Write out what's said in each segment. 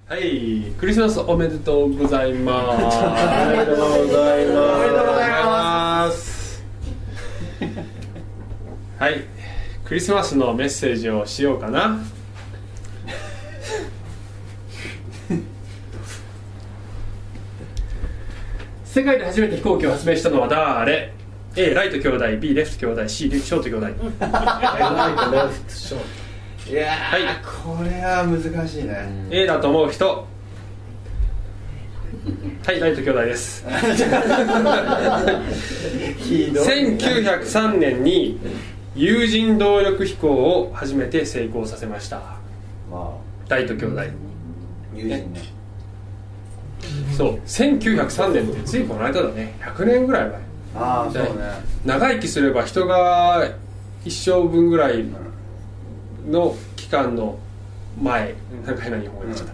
はい、クリスマスおめでとうございます。 おめでとうございます。おめでとうございます。 はい、クリスマスのメッセージをしようかな。世界で初めて飛行機を発明したのは誰？ A ライト兄弟、 B レフト兄弟、 C ショート兄弟。 ライト、レフト、ショート。いやー、はい、これは難しいね。 A だと思う人。はい、ライト兄弟です。1903年に有人動力飛行を初めて成功させました。ライト兄弟。 有人ね。 そう、1903年ってついこの間だね。100年ぐらい前。 ああ、そうね。 長生きすれば人が一生分ぐらいの期間の前、なんか変な日本語になっちゃった、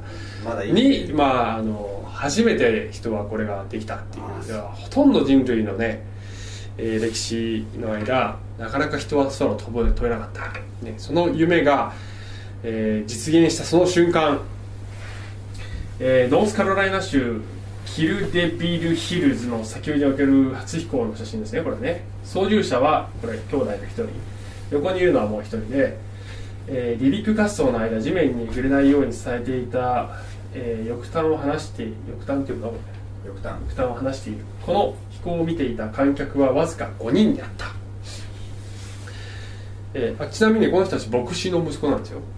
まだいいに、初めて人はこれができたっていう。ほとんど人類のね、歴史の間なかなか人は空を飛べなかった、ね、その夢が、実現したその瞬間、ノースカロライナ州キルデビルヒルズの砂丘における初飛行の写真ですね。これね、操縦者はこれ兄弟の一人、横にいるのはもう一人で、離陸滑走の間地面に触れないように伝えていた、翼端を離して翼端っていうのは翼端を離しているこの飛行を見ていた観客はわずか5人であった。ちなみにこの人たち牧師の息子なんですよ。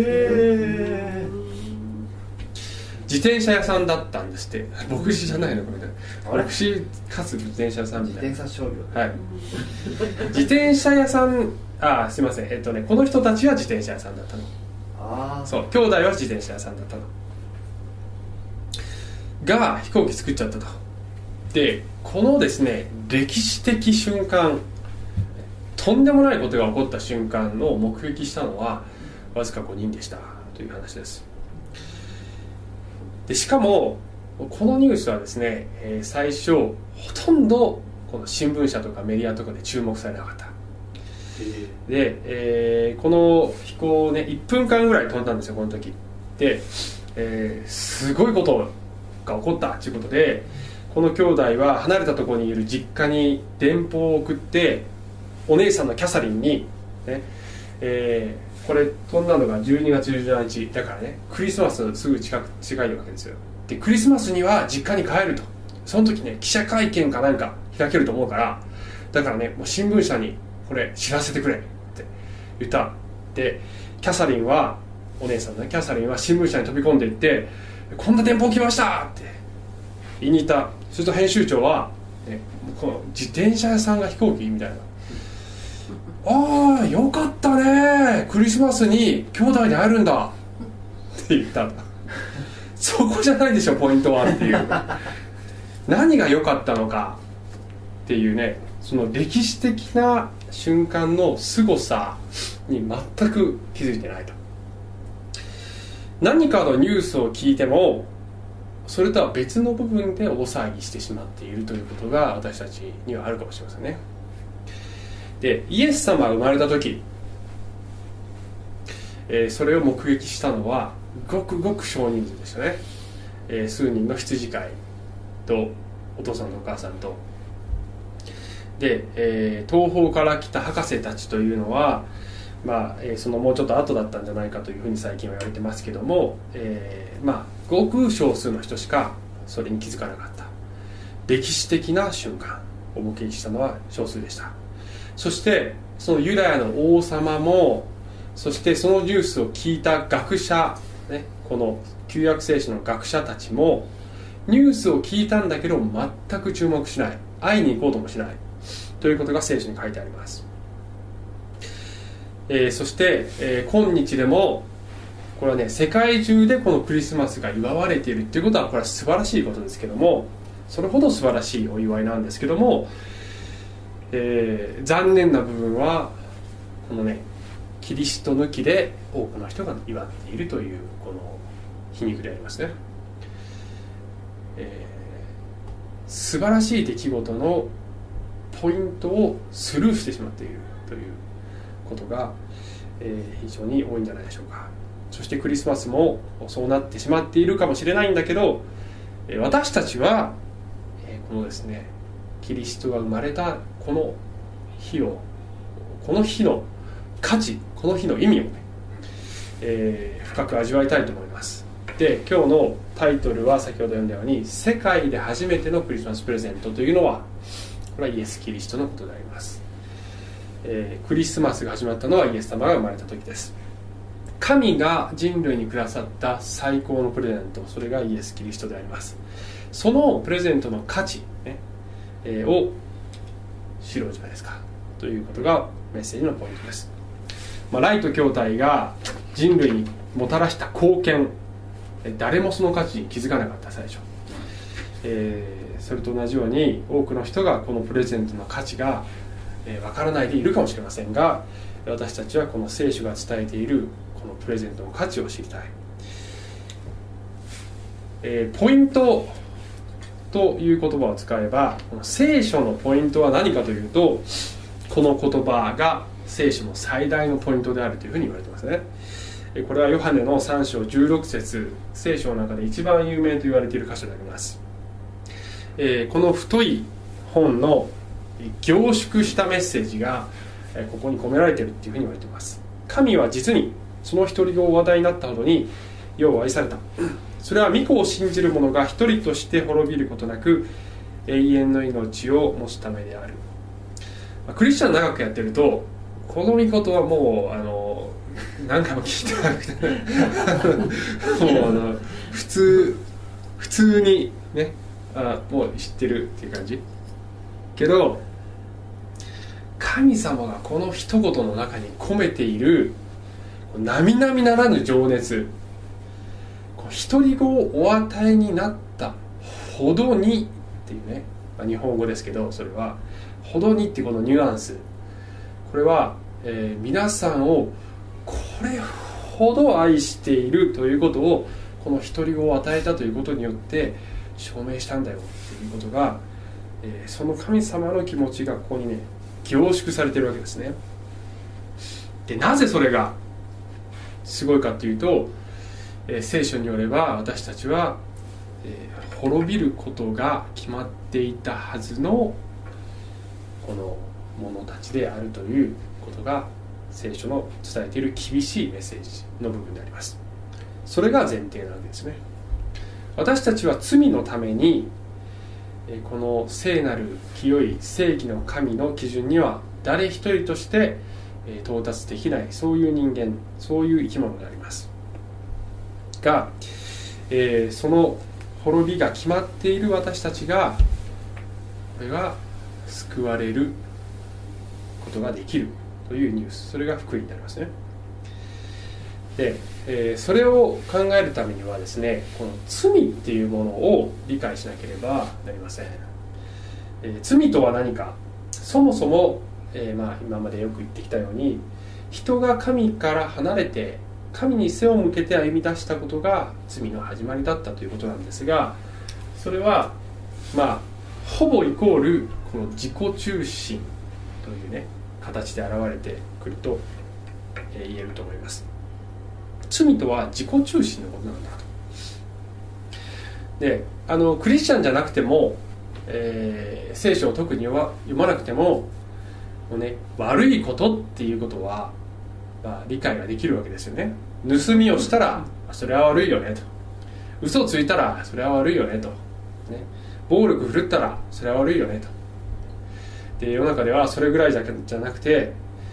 自転車屋さんだったんですって。牧師じゃないのこれ。牧師かつ自転車屋さんみたいな。 自転車商業。 はい。自転車屋さん、すいません。この人たちは自転車屋さんだったの。そう、兄弟は自転車屋さんだったの。が飛行機作っちゃったと。で、このですね、歴史的瞬間、とんでもないことが起こった瞬間を目撃したのはわずか5人でしたという話です。でしかもこのニュースはですね、最初ほとんどこの新聞社とかメディアとかで注目されなかった。で、この飛行をね1分間ぐらい飛んだんですよこの時で、すごいことが起こったということで、この兄弟は離れたところにいる実家に電報を送ってお姉さんのキャサリンに、ねこれ飛んだのが12月17日だからね、クリスマスすぐ近いわけですよ。でクリスマスには実家に帰ると、その時ね記者会見かなんか開けると思うから、だからねもう新聞社にこれ知らせてくれって言った。でキャサリンはお姉さんのねキャサリンは新聞社に飛び込んでいって、こんな電報来ましたって言いに行った。すると編集長は、ね、この自転車屋さんが飛行機みたいな、ああよかったね、クリスマスに兄弟で会えるんだって言った。そこじゃないでしょポイントはっていう。何が良かったのかっていうね、その歴史的な瞬間の凄さに全く気づいてないと。何かのニュースを聞いてもそれとは別の部分で大騒ぎしてしまっているということが私たちにはあるかもしれませんね。でイエス様が生まれた時、それを目撃したのはごくごく少人数でしたね。数人の羊飼いとお父さんとお母さんとで、東方から来た博士たちというのは、そのもうちょっと後だったんじゃないかというふうに最近は言われてますけども、ごく少数の人しかそれに気づかなかった。歴史的な瞬間を目撃したのは少数でした。そしてそのユダヤの王様も、そしてそのニュースを聞いた学者、ね、この旧約聖書の学者たちもニュースを聞いたんだけど全く注目しない、会いに行こうともしないということが聖書に書いてあります。そして、今日でもこれはね世界中でこのクリスマスが祝われているということはこれは素晴らしいことですけども、それほど素晴らしいお祝いなんですけども、残念な部分はこのねキリスト抜きで多くの人が祝っているというこの皮肉でありますね。素晴らしい出来事のポイントをスルーしてしまっているということが、非常に多いんじゃないでしょうか。 そしてクリスマスもそうなってしまっているかもしれないんだけど、私たちはこのですね、キリストが生まれたこの日の価値、この日の意味をね、深く味わいたいと思います。で、今日のタイトルは先ほど読んだように、世界で初めてのクリスマスプレゼントというのは、これはイエス・キリストのことであります。クリスマスが始まったのはイエス様が生まれた時です。神が人類にくださった最高のプレゼント、それがイエス・キリストであります。そのプレゼントの価値、を知ろうじゃないですかということがメッセージのポイントです。ライト兄弟が人類にもたらした貢献、誰もその価値に気づかなかった最初、それと同じように多くの人がこのプレゼントの価値がわからないでいるかもしれませんが、私たちはこの聖書が伝えているこのプレゼントの価値を知りたい。ポイントという言葉を使えば、この聖書のポイントは何かというと、この言葉が聖書の最大のポイントであるというふうに言われていますね。これはヨハネの3章16節、聖書の中で一番有名と言われている箇所であります。この太い本の凝縮したメッセージがここに込められているというふうに言われています。神は実にその一人子を話題になったほどに世を愛された。それは御子を信じる者が一人として滅びることなく永遠の命を持つためである。クリスチャン長くやってると、この御事はもう何回も聞いてなくてもう普通にね、もう知ってるっていう感じけど、神様がこの一言の中に込めている並々ならぬ情熱、一人子をお与えになったほどにっていうね、日本語ですけど、それはほどにってこのニュアンス、これは、皆さんをこれほど愛しているということを、この一人子を与えたということによって証明したんだよっていうことが、その神様の気持ちがここにね凝縮されているわけですね。で、なぜそれがすごいかというと、聖書によれば私たちは、滅びることが決まっていたはずのこの者たちであるということが聖書の伝えている厳しいメッセージの部分であります。それが前提なわけですね。私たちは罪のためにこの聖なる清い正義の神の基準には誰一人として到達できない、そういう人間、そういう生き物でありますが、その滅びが決まっている私たちが、これが救われることができるというニュース、それが福音になりますね。で、それを考えるためにはですね、この罪っていうものを理解しなければなりません。罪とは何か、そもそも、今までよく言ってきたように、人が神から離れて神に背を向けて歩み出したことが罪の始まりだったということなんですが、それはほぼイコールこの自己中心というね形で現れてくると言えると思います。罪とは自己中心のことなんだと。で、クリスチャンじゃなくても、聖書を特に読まなくても、悪いことっていうことは、理解ができるわけですよね。盗みをしたらそれは悪いよねと、嘘をついたらそれは悪いよねと、暴力振るったらそれは悪いよねと。で、世の中ではそれぐらいじゃなくて、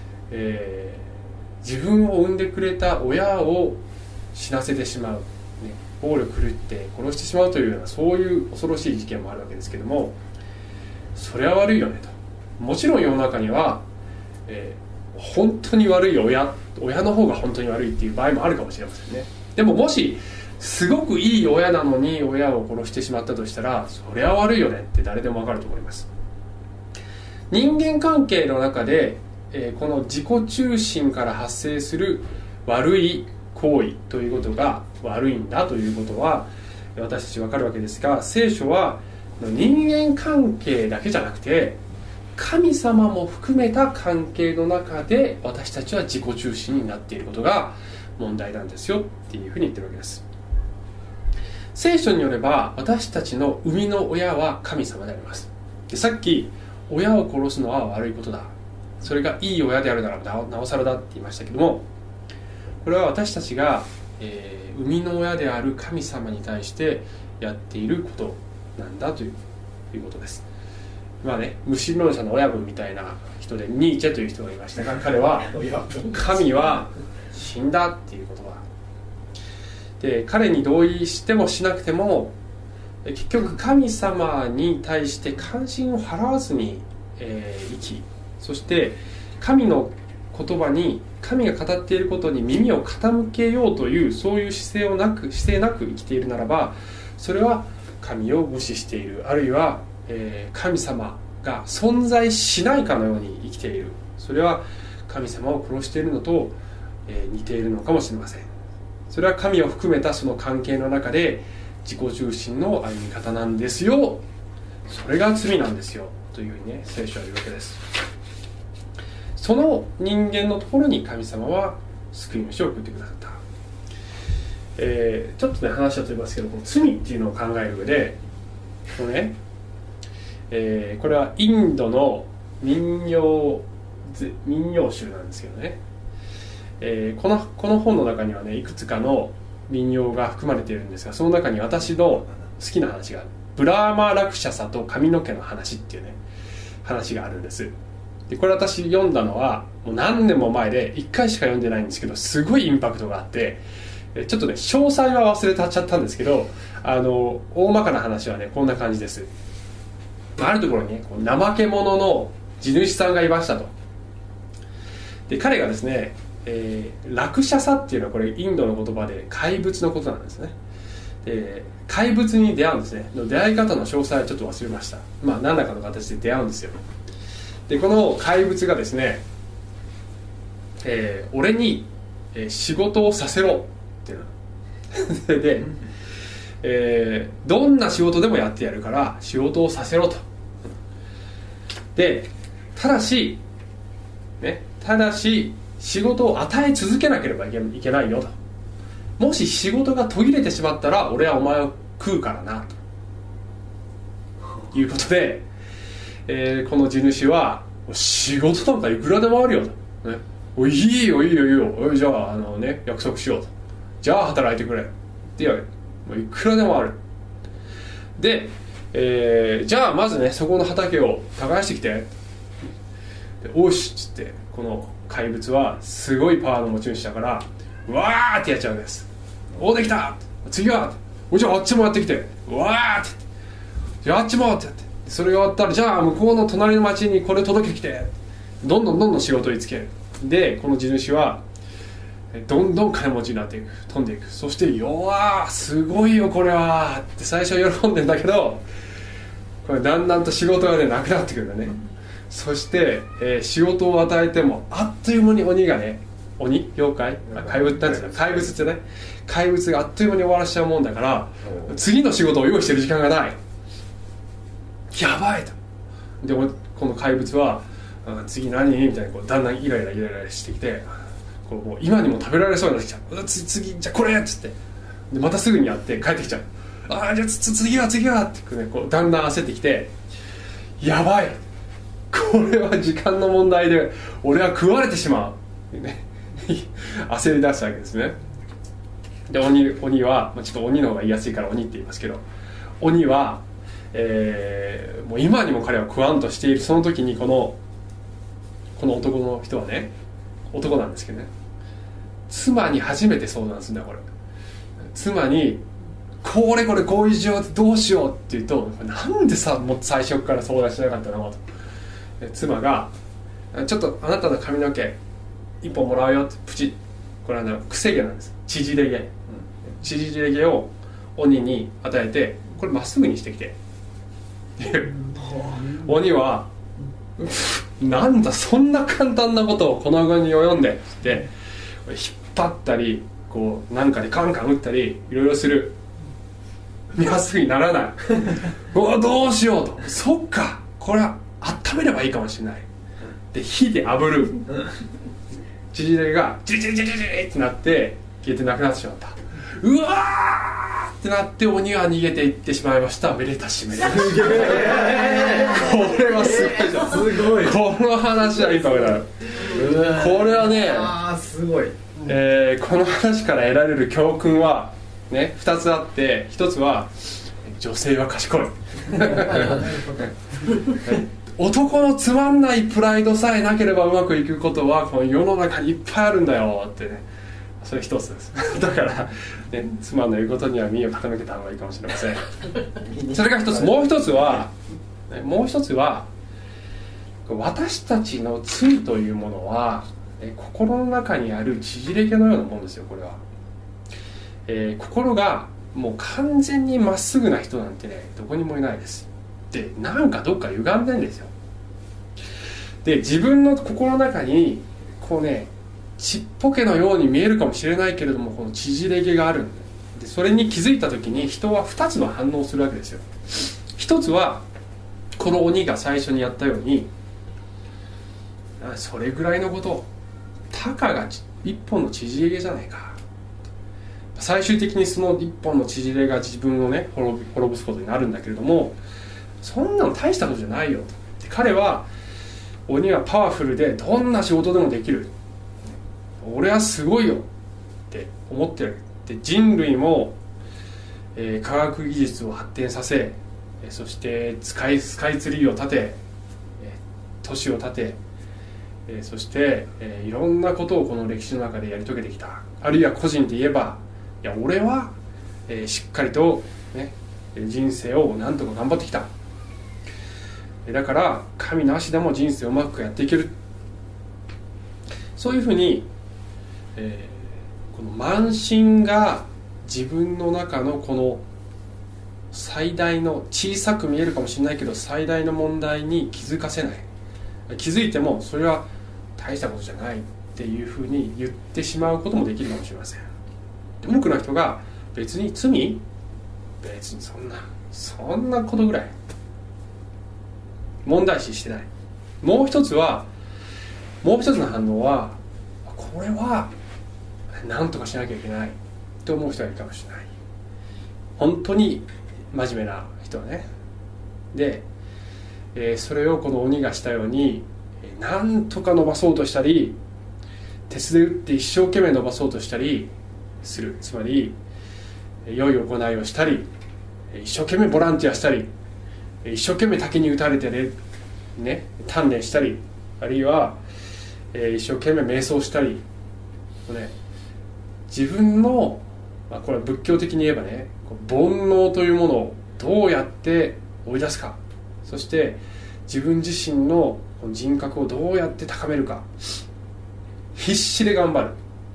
自分を産んでくれた親を死なせてしまう、暴力振るって殺してしまうというような、そういう恐ろしい事件もあるわけですけども、それは悪いよねと。もちろん世の中には、本当に悪い親の方が本当に悪いっていう場合もあるかもしれませんね。でももしすごくいい親なのに親を殺してしまったとしたら、それは悪いよねって誰でも分かると思います。人間関係の中で、この自己中心から発生する悪い行為ということが悪いんだということは私たち分かるわけですが、聖書は人間関係だけじゃなくて神様も含めた関係の中で私たちは自己中心になっていることが問題なんですよっていうふうに言ってるわけです。聖書によれば私たちの生みの親は神様であります。でさっき親を殺すのは悪いことだ、それがいい親であるならなおさらだって言いましたけども、これは私たちが、生みの親である神様に対してやっていることなんだということです。まあね、無神論者の親分みたいな人でニーチェという人がいましたが、彼は神は死んだっていう言葉で、彼に同意してもしなくても結局神様に対して関心を払わずに、生き、そして神の言葉に、神が語っていることに耳を傾けようというそういう姿勢なく生きているならば、それは神を無視している、あるいは神様が存在しないかのように生きている、それは神様を殺しているのと、似ているのかもしれません。それは神を含めたその関係の中で自己中心の歩み方なんですよ、それが罪なんですよというふうにね、聖書は言うわけです。その人間のところに神様は救い主を送ってくださった。ちょっとね話は飛びますけど、この罪っていうのを考える上でこのね、これはインドの民謡集なんですけどね、この本の中にはねいくつかの民謡が含まれているんですが、その中に私の好きな話がブラーマラクシャサと髪の毛の話っていうね話があるんです。でこれ私読んだのはもう何年も前で1回しか読んでないんですけど、すごいインパクトがあって、ちょっとね詳細は忘れちゃったんですけど、大まかな話はねこんな感じです。あるところにね怠け者の地主さんがいましたと。で彼がですね、ラクシャサっていうのはこれインドの言葉で怪物のことなんですね。で怪物に出会うんですね。出会い方の詳細はちょっと忘れました。まあ何らかの形で出会うんですよ。でこの怪物がですね、俺に、仕事をさせろっていうので、どんな仕事でもやってやるから仕事をさせろと。でただし仕事を与え続けなければいけないよと。もし仕事が途切れてしまったら俺はお前を食うからなということで、この地主は仕事なんかいくらでもあるよと、ね、いいよじゃあ、約束しようと。じゃあ働いてくれって言われる。もういくらでもあるで、じゃあまずねそこの畑を耕してきてで、おしっつってこの怪物はすごいパワーの持ち主だからわーってやっちゃうんです。おできた、次はじゃああっちもやってきてわーってじゃああっちもってやって、それが終わったらじゃあ向こうの隣の町にこれ届けてきて、どんどん仕事につける。でこの地主はどんどん金持ちになっていく、飛んでいく。そしてすごいよこれはって最初は喜んでんだけど、これだんだんと仕事がねなくなってくるんだね。そして、仕事を与えてもあっという間に鬼がね、妖怪怪物なんですよ。怪物ってね、怪物があっという間に終わらしちゃうもんだから、次の仕事を用意してる時間がない、やばいと。でこの怪物は次何みたいなだんだんイライラしてきて、もう今にも食べられそうになってきちゃう。次じゃあこれっつってでまたすぐにやって帰ってきちゃう。じゃあ次はってね、だんだん焦ってきて、やばいこれは時間の問題で俺は食われてしまう、ね、焦り出したわけですね。で鬼はちょっと鬼の方が言いやすいから鬼って言いますけど、鬼は、もう今にも彼は食わんとしているその時にこの男の人はね、男なんですけどね、妻に初めて相談するんだよ。これ妻にこういう事情どうしようって言うと、なんでさもう最初から相談しなかったのと。妻がちょっとあなたの髪の毛一本もらうよってプチッ、これはくせ毛なんです。縮れ毛を鬼に与えて、これまっすぐにしてきて鬼はなんだそんな簡単なことをこの軍に及んでって引っ張ったりなんかでカンカン打ったりいろいろする。まっすぐにならないどうしようと。そっかこれは温めればいいかもしれないで火で炙る。縮れがジリジリってなって消えてなくなってしまった。うわーってなって鬼は逃げていってしまいました。めでたしめでたし。これはすごいじゃん。すごい。この話はいいかもだ。これはね、 すごい。 この話から得られる教訓はね、2つあって、1つは女性は賢い。男のつまんないプライドさえなければうまくいくことはこの世の中にいっぱいあるんだよってね、それ一つです。だから、ね、つまんないことには耳を傾けた方がいいかもしれません。それが一つ。もう一つは私たちの罪というものは心の中にある縮れ毛のようなものですよ。これは、心がもう完全にまっすぐな人なんてね、どこにもいないです。で、なんかどっか歪んでんですよ。で、自分の心の中にこうね、ちっぽけのように見えるかもしれないけれども、この縮れ毛があるんで、それに気づいた時に人は2つの反応をするわけですよ。一つはこの鬼が最初にやったように、それぐらいのこと、たかが一本の縮れ毛じゃないか、最終的にその一本の縮れが自分をね滅ぼすことになるんだけれども、そんなの大したことじゃないよと。で、彼は鬼はパワフルでどんな仕事でもできる、俺はすごいよって思ってる。で、人類も、科学技術を発展させ、そしてスカイツリーを建て、都市を建て、そして、いろんなことをこの歴史の中でやり遂げてきた。あるいは個人で言えば、いや俺は、しっかりと、ね、人生をなんとか頑張ってきた。だから神なしでも人生をうまくやっていける。そういうふうに、この慢心が自分の中のこの最大の、小さく見えるかもしれないけど最大の問題に気づかせない。気づいてもそれは大したことじゃないっていうふうに言ってしまうこともできるかもしれません。多くの人が別に別にそんなことぐらい問題視してない。もう一つの反応は、これは何とかしなきゃいけないと思う人がいるかもしれない。本当に真面目な人はね。で、それをこの鬼がしたように何とか伸ばそうとしたり、鉄で打って一生懸命伸ばそうとしたりする。つまり良い行いをしたり、一生懸命ボランティアしたり、一生懸命滝に打たれてね、鍛錬したり、あるいは、一生懸命瞑想したり、ね、自分の、これは仏教的に言えばね、煩悩というものをどうやって追い出すか、そして自分自身の人格をどうやって高めるか、必死で頑張る。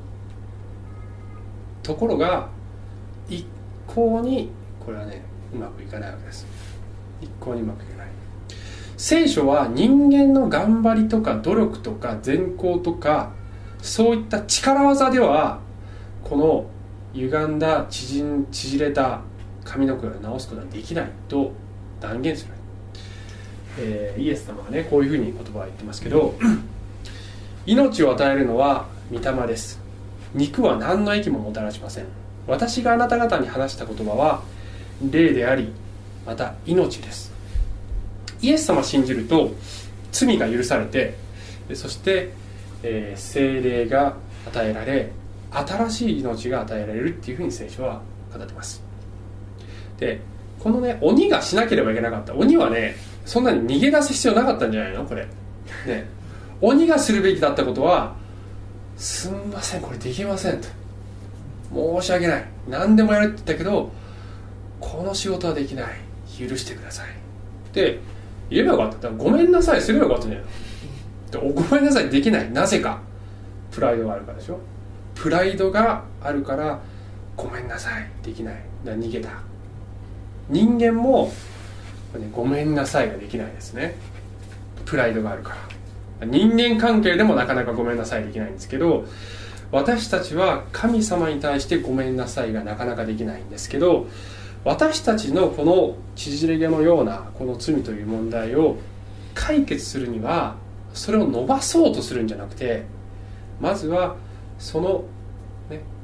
ところが一向にこれはね、うまくいかないわけです。一向にうまくいかない。聖書は人間の頑張りとか努力とか善行とか、そういった力技ではこの歪んだ縮れた髪の毛を直すことはできないと断言する。イエス様がね、こういうふうに言葉を言ってますけど、命を与えるのは御霊です。肉は何の益ももたらしません。私があなた方に話した言葉は霊であり、また命です。イエス様を信じると罪が許されて、そして、聖霊が与えられ、新しい命が与えられるっていうふうに聖書は語ってます。で、このね、鬼がしなければいけなかった。鬼はね、そんなに逃げ出す必要なかったんじゃないのこれね。鬼がするべきだったことは、すんませんこれできませんと、申し訳ない、何でもやるって言ったけどこの仕事はできない、許してくださいって言えばよかった。だからごめんなさいすればよかったんじゃないの。ごめんなさいできない、なぜかプライドがあるからでしょ。プライドがあるからごめんなさいできない、だから逃げた。人間も、ね、ごめんなさいができないですね、プライドがあるから。人間関係でもなかなかごめんなさいできないんですけど、私たちは神様に対してごめんなさいがなかなかできないんですけど、私たちのこの縮れ毛のようなこの罪という問題を解決するには、それを伸ばそうとするんじゃなくて、まずはその、ね、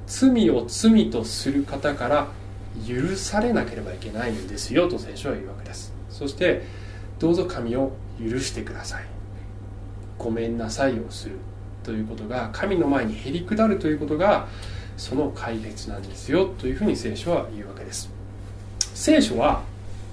罪を罪とする方から許されなければいけないんですよと聖書は言うわけです。そしてどうぞ神を許してください、ごめんなさいをするということが、神の前にへり下るということがその解決なんですよというふうに聖書は言うわけです。聖書は、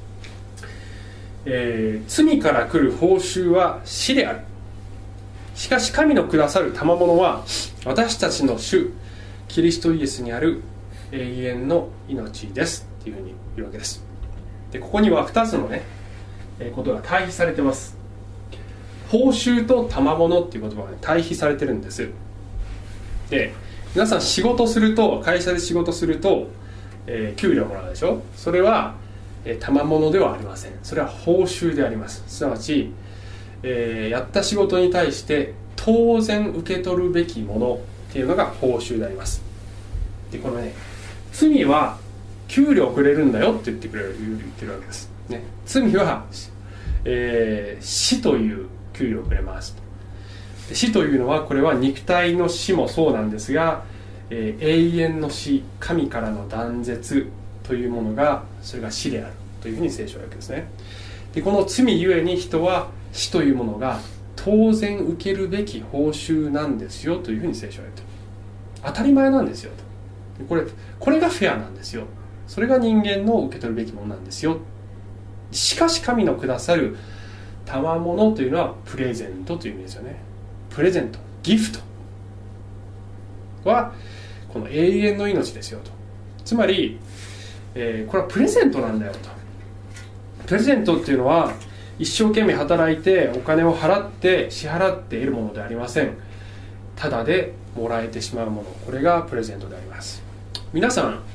罪から来る報酬は死である、しかし神のくださる賜物は私たちの主キリストイエスにある永遠の命ですっていうふうに言うわけです。でここには2つのねことが対比されてます。報酬と賜物っていう言葉が、ね、対比されてるんです。で皆さん仕事すると、会社で仕事すると、給料もらうでしょ。それは賜物ではありません。それは報酬であります。すなわち、やった仕事に対して当然受け取るべきものっていうのが報酬であります。でこのね、罪は給料くれるんだよって言ってるわけです、ね、罪は、死という給料をくれますと。死というのは、これは肉体の死もそうなんですが、永遠の死、神からの断絶というものが、それが死であるというふうに聖書は言うわけですね。でこの罪ゆえに人は死というものが当然受けるべき報酬なんですよというふうに聖書は言うと。当たり前なんですよと。これがフェアなんですよ。それが人間の受け取るべきものなんですよ。しかし神のくださる賜物というのはプレゼントという意味ですよね。プレゼント、ギフトはこの永遠の命ですよと。つまり、これはプレゼントなんだよと。プレゼントっていうのは一生懸命働いてお金を支払って得るものではありません。ただでもらえてしまうもの、これがプレゼントであります。皆さん、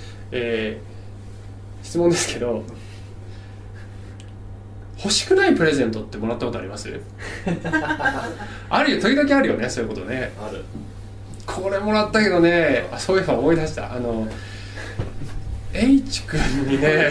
質問ですけど、欲しくないプレゼントってもらったことあります？あるよ、時々あるよね、そういうことね。 ある。 これもらったけどね、そういえば思い出した。H 君にね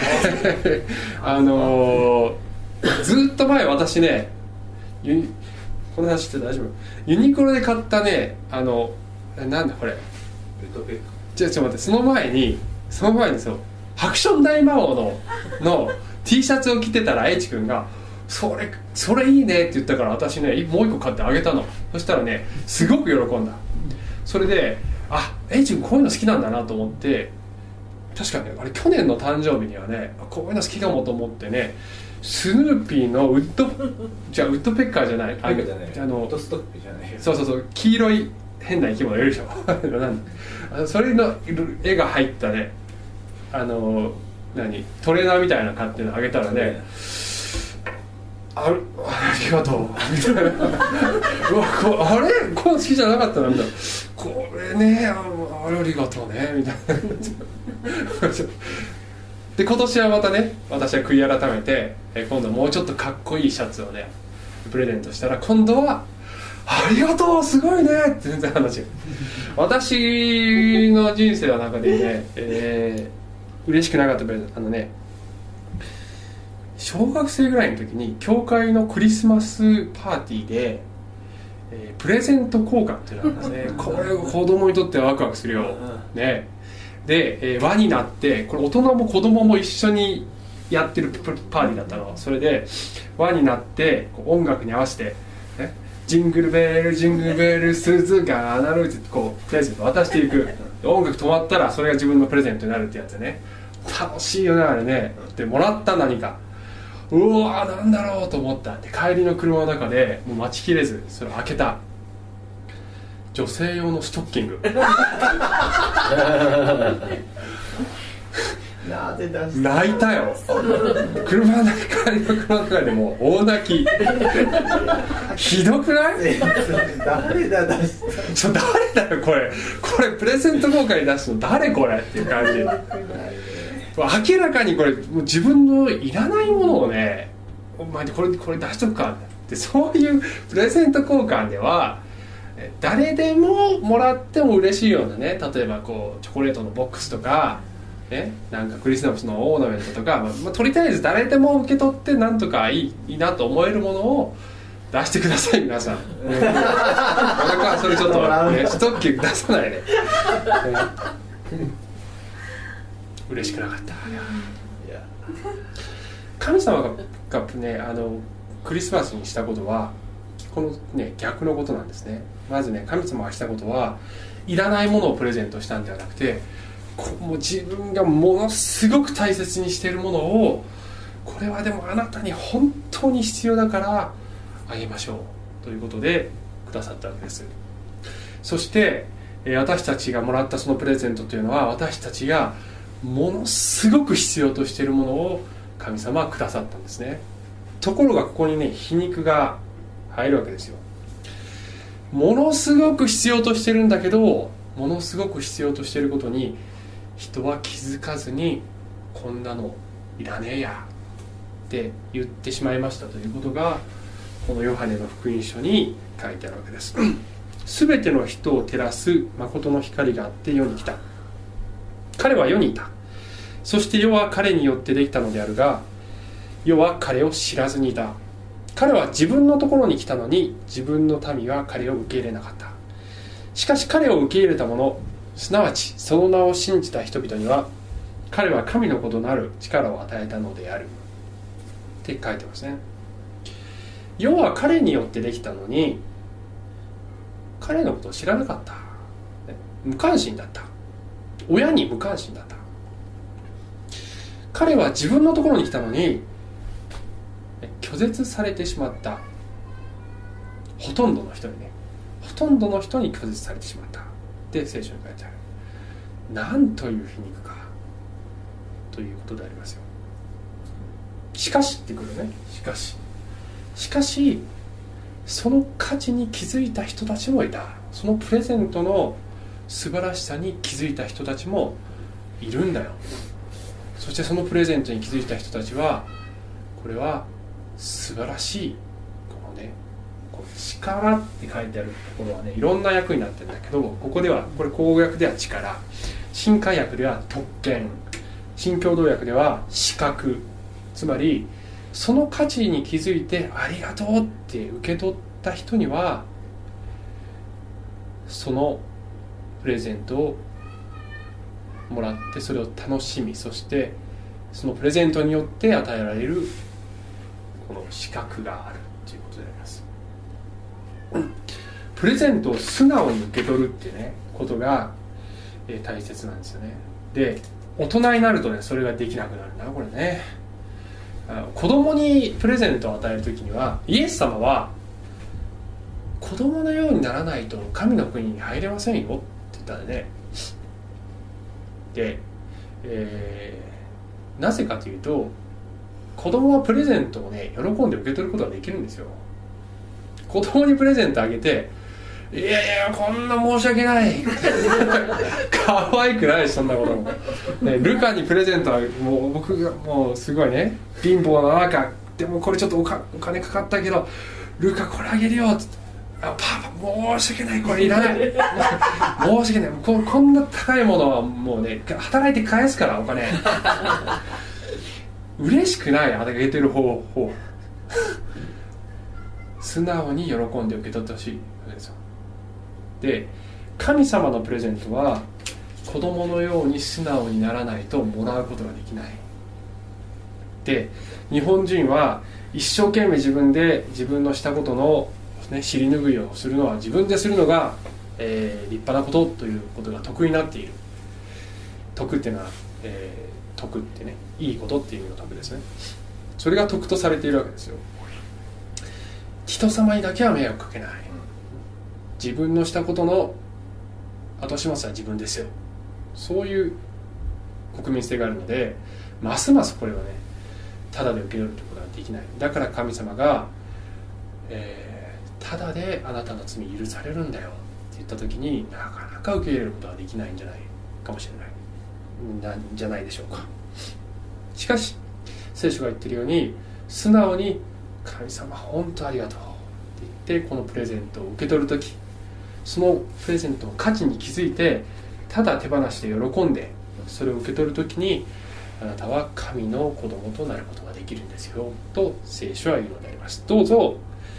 ずっと前、私ね、この話って大丈夫？ユニクロで買ったね、なんだこれ、ちょっと待って、その前にそうハクション大魔王のT シャツを着てたら H 君がそれいいねって言ったから、私ねもう一個買ってあげたの。そしたらね、すごく喜んだ。それで、H 君こういうの好きなんだなと思って、確かね、あれ去年の誕生日にはね、こういうの好きかもと思ってね、スヌーピーのウッドペッカーじゃない、 ウッドストックじゃないよ。 そう黄色い変な生き物いるでしょそれの絵が入ったね、トレーナーみたいなの買ってあげたらね、ありがとうみたいなあれこれ好きじゃなかったなみたいな、これねありがとうねみたいなで今年はまたね、私は悔い改めて今度もうちょっとかっこいいシャツをねプレゼントしたら、今度はありがとうすごいねって全然話私の人生の中でね、嬉しくなかったプレゼント、小学生ぐらいの時に教会のクリスマスパーティーで、プレゼント交換っていうのがあるんですねこれ子供にとってはワクワクするよ、ね、で、輪になって、これ大人も子供も一緒にやってるパーティーだったの。それで輪になって音楽に合わせて、ね、ジングルベルジングルベル鈴が鳴るってこうプレゼント渡していく。音楽止まったらそれが自分のプレゼントになるってやつね。楽しいよねあれね。でもらった何か、うわーなんだろうと思った。で帰りの車の中でもう待ちきれずそれを開けた。女性用のストッキングなぜ出した？ 泣いたよ車の中、帰りの車の中でもう大泣きひどくない？ 誰だ出した？ 誰だよこれプレゼント交換に出すの誰これっていう感じ明らかにこれもう自分のいらないものをね、お前これ出しとくかってそういうプレゼント交換では誰でももらっても嬉しいようなね、例えばこうチョコレートのボックスとか、ね、なんかクリスマスのオーナメントとか、とりあえず誰でも受け取ってなんとかいいなと思えるものを出してください皆さん、それちょっと、ストッキング出さないで、嬉しくなかった。神様がねクリスマスにしたことはこのね逆のことなんですね。まずね神様がしたことはいらないものをプレゼントしたんではなくて、もう自分がものすごく大切にしているものを、これはでもあなたに本当に必要だからあげましょうということでくださったわけです。そして私たちがもらったそのプレゼントというのは、私たちがものすごく必要としているものを神様はくださったんですね。ところがここにね皮肉が入るわけですよ。ものすごく必要としてるんだけど、ものすごく必要としていることに人は気づかずに、こんなのいらねえやって言ってしまいましたということが、このヨハネの福音書に書いてあるわけです。すべての人を照らす誠の光があって世に来た。彼は世にいた。そして世は彼によってできたのであるが、世は彼を知らずにいた。彼は自分のところに来たのに、自分の民は彼を受け入れなかった。しかし彼を受け入れた者、すなわちその名を信じた人々には、彼は神の子となる力を与えたのであるって書いてますね。世は彼によってできたのに、彼のことを知らなかった。無関心だった。親に無関心だった。彼は自分のところに来たのに拒絶されてしまった。ほとんどの人にね、ほとんどの人に拒絶されてしまったって聖書に書いてある。なんという皮肉かということでありますよ。しかしってくるね。しかしその価値に気づいた人たちもいた。そのプレゼントの素晴らしさに気づいた人たちもいるんだよ。そしてそのプレゼントに気づいた人たちは、これは素晴らしい、このね、力って書いてあるところはね、いろんな訳になってるんだけど、ここでは、これ口語訳では力、新海訳では特権、新共同訳では資格、つまりその価値に気づいてありがとうって受け取った人には、そのプレゼントをもらってそれを楽しみ、そしてそのプレゼントによって与えられるこの資格があるということであります。プレゼントを素直に受け取るっていうねことが大切なんですよね。で、大人になるとねそれができなくなるんだこれね。子供にプレゼントを与えるときには、イエス様は子供のようにならないと神の国に入れませんよって言ったんでね。で、なぜかというと、子供はプレゼントをね喜んで受け取ることができるんですよ。子供にプレゼントあげて、いやいやこんな申し訳ない可愛くないしそんなことも、ね、ルカにプレゼントはもう僕がもうすごいね貧乏な中でもこれちょっとお金かかったけどルカこれあげるよっつって、あパパ申し訳ないこれいらない申し訳ないこんな高いものはもうね働いて返すからお金嬉しくないあげてる方素直に喜んで受け取ってほしいわけですよ。で、神様のプレゼントは子供のように素直にならないともらうことができない。で、日本人は一生懸命自分で自分のしたことの、ね、尻拭いをするのは自分でするのが、立派なことということが得意になっている。得っていうのは、得ってねいいことっていう意味の得ですね。それが得とされているわけですよ。人様にだけは迷惑かけない。自分のしたことの後始末は自分ですよ。そういう国民性があるので、ますますこれはねただで受け取ることができない。だから神様が、ただであなたの罪許されるんだよって言った時になかなか受け入れることはできないんじゃないかもしれないじゃないでしょうか。しかし聖書が言っているように、素直に神様本当ありがとうって言ってこのプレゼントを受け取るとき、そのプレゼントの価値に気づいてただ手放して喜んでそれを受け取るときに、あなたは神の子供となることができるんですよと聖書は言うのであります。どうぞ、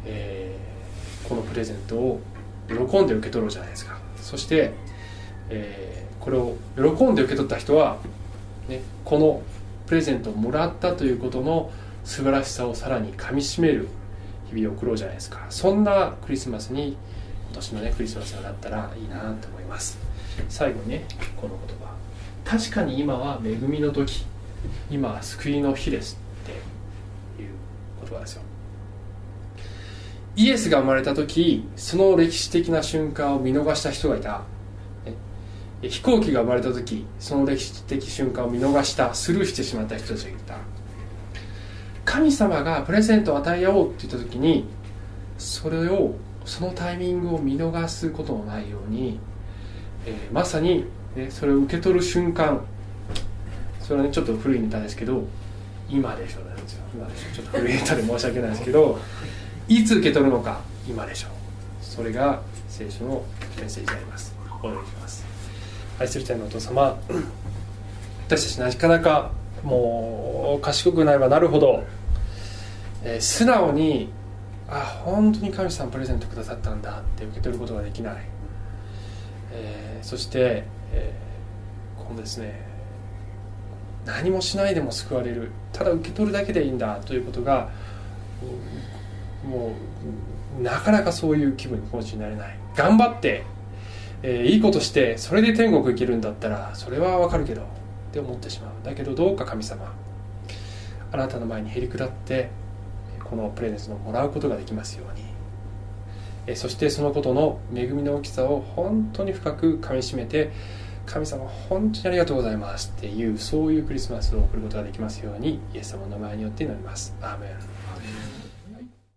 このプレゼントを喜んで受け取ろうじゃないですか。そして、これを喜んで受け取った人は、ね、このプレゼントをもらったということの素晴らしさをさらにかみしめる日々を送ろうじゃないですか。そんなクリスマスに今年のねクリスマスがなったらいいなと思います。最後にね、この言葉、確かに今は恵みの時、今は救いの日ですっていう言葉ですよ。イエスが生まれた時、その歴史的な瞬間を見逃した人がいた。飛行機が生まれた時、その歴史的瞬間を見逃した、スルーしてしまった人たちがいた。神様がプレゼントを与えようって言った時に、そのタイミングを見逃すことのないように、まさに、ね、それを受け取る瞬間、それはねちょっと古いネタですけど、今でしょなんですよ。今でしょ、ちょっと古いネタで申し訳ないですけど、いつ受け取るのか、今でしょう。それが聖書のメッセージであります。お願いします。愛する天のお父様、私たちなかなかもう賢くなればなるほど、素直に本当に神様プレゼントくださったんだって受け取ることができない。そして、このですね、何もしないでも救われる、ただ受け取るだけでいいんだということが、もうなかなかそういう気分にになれない。頑張って、いいことしてそれで天国行けるんだったらそれはわかるけどって思ってしまう。だけどどうか神様、あなたの前にへり下ってこのプレゼントをもらうことができますように、そしてそのことの恵みの大きさを本当に深くかみしめて、神様本当にありがとうございますっていう、そういうクリスマスを送ることができますように、イエス様の名前によって祈ります。アーメン。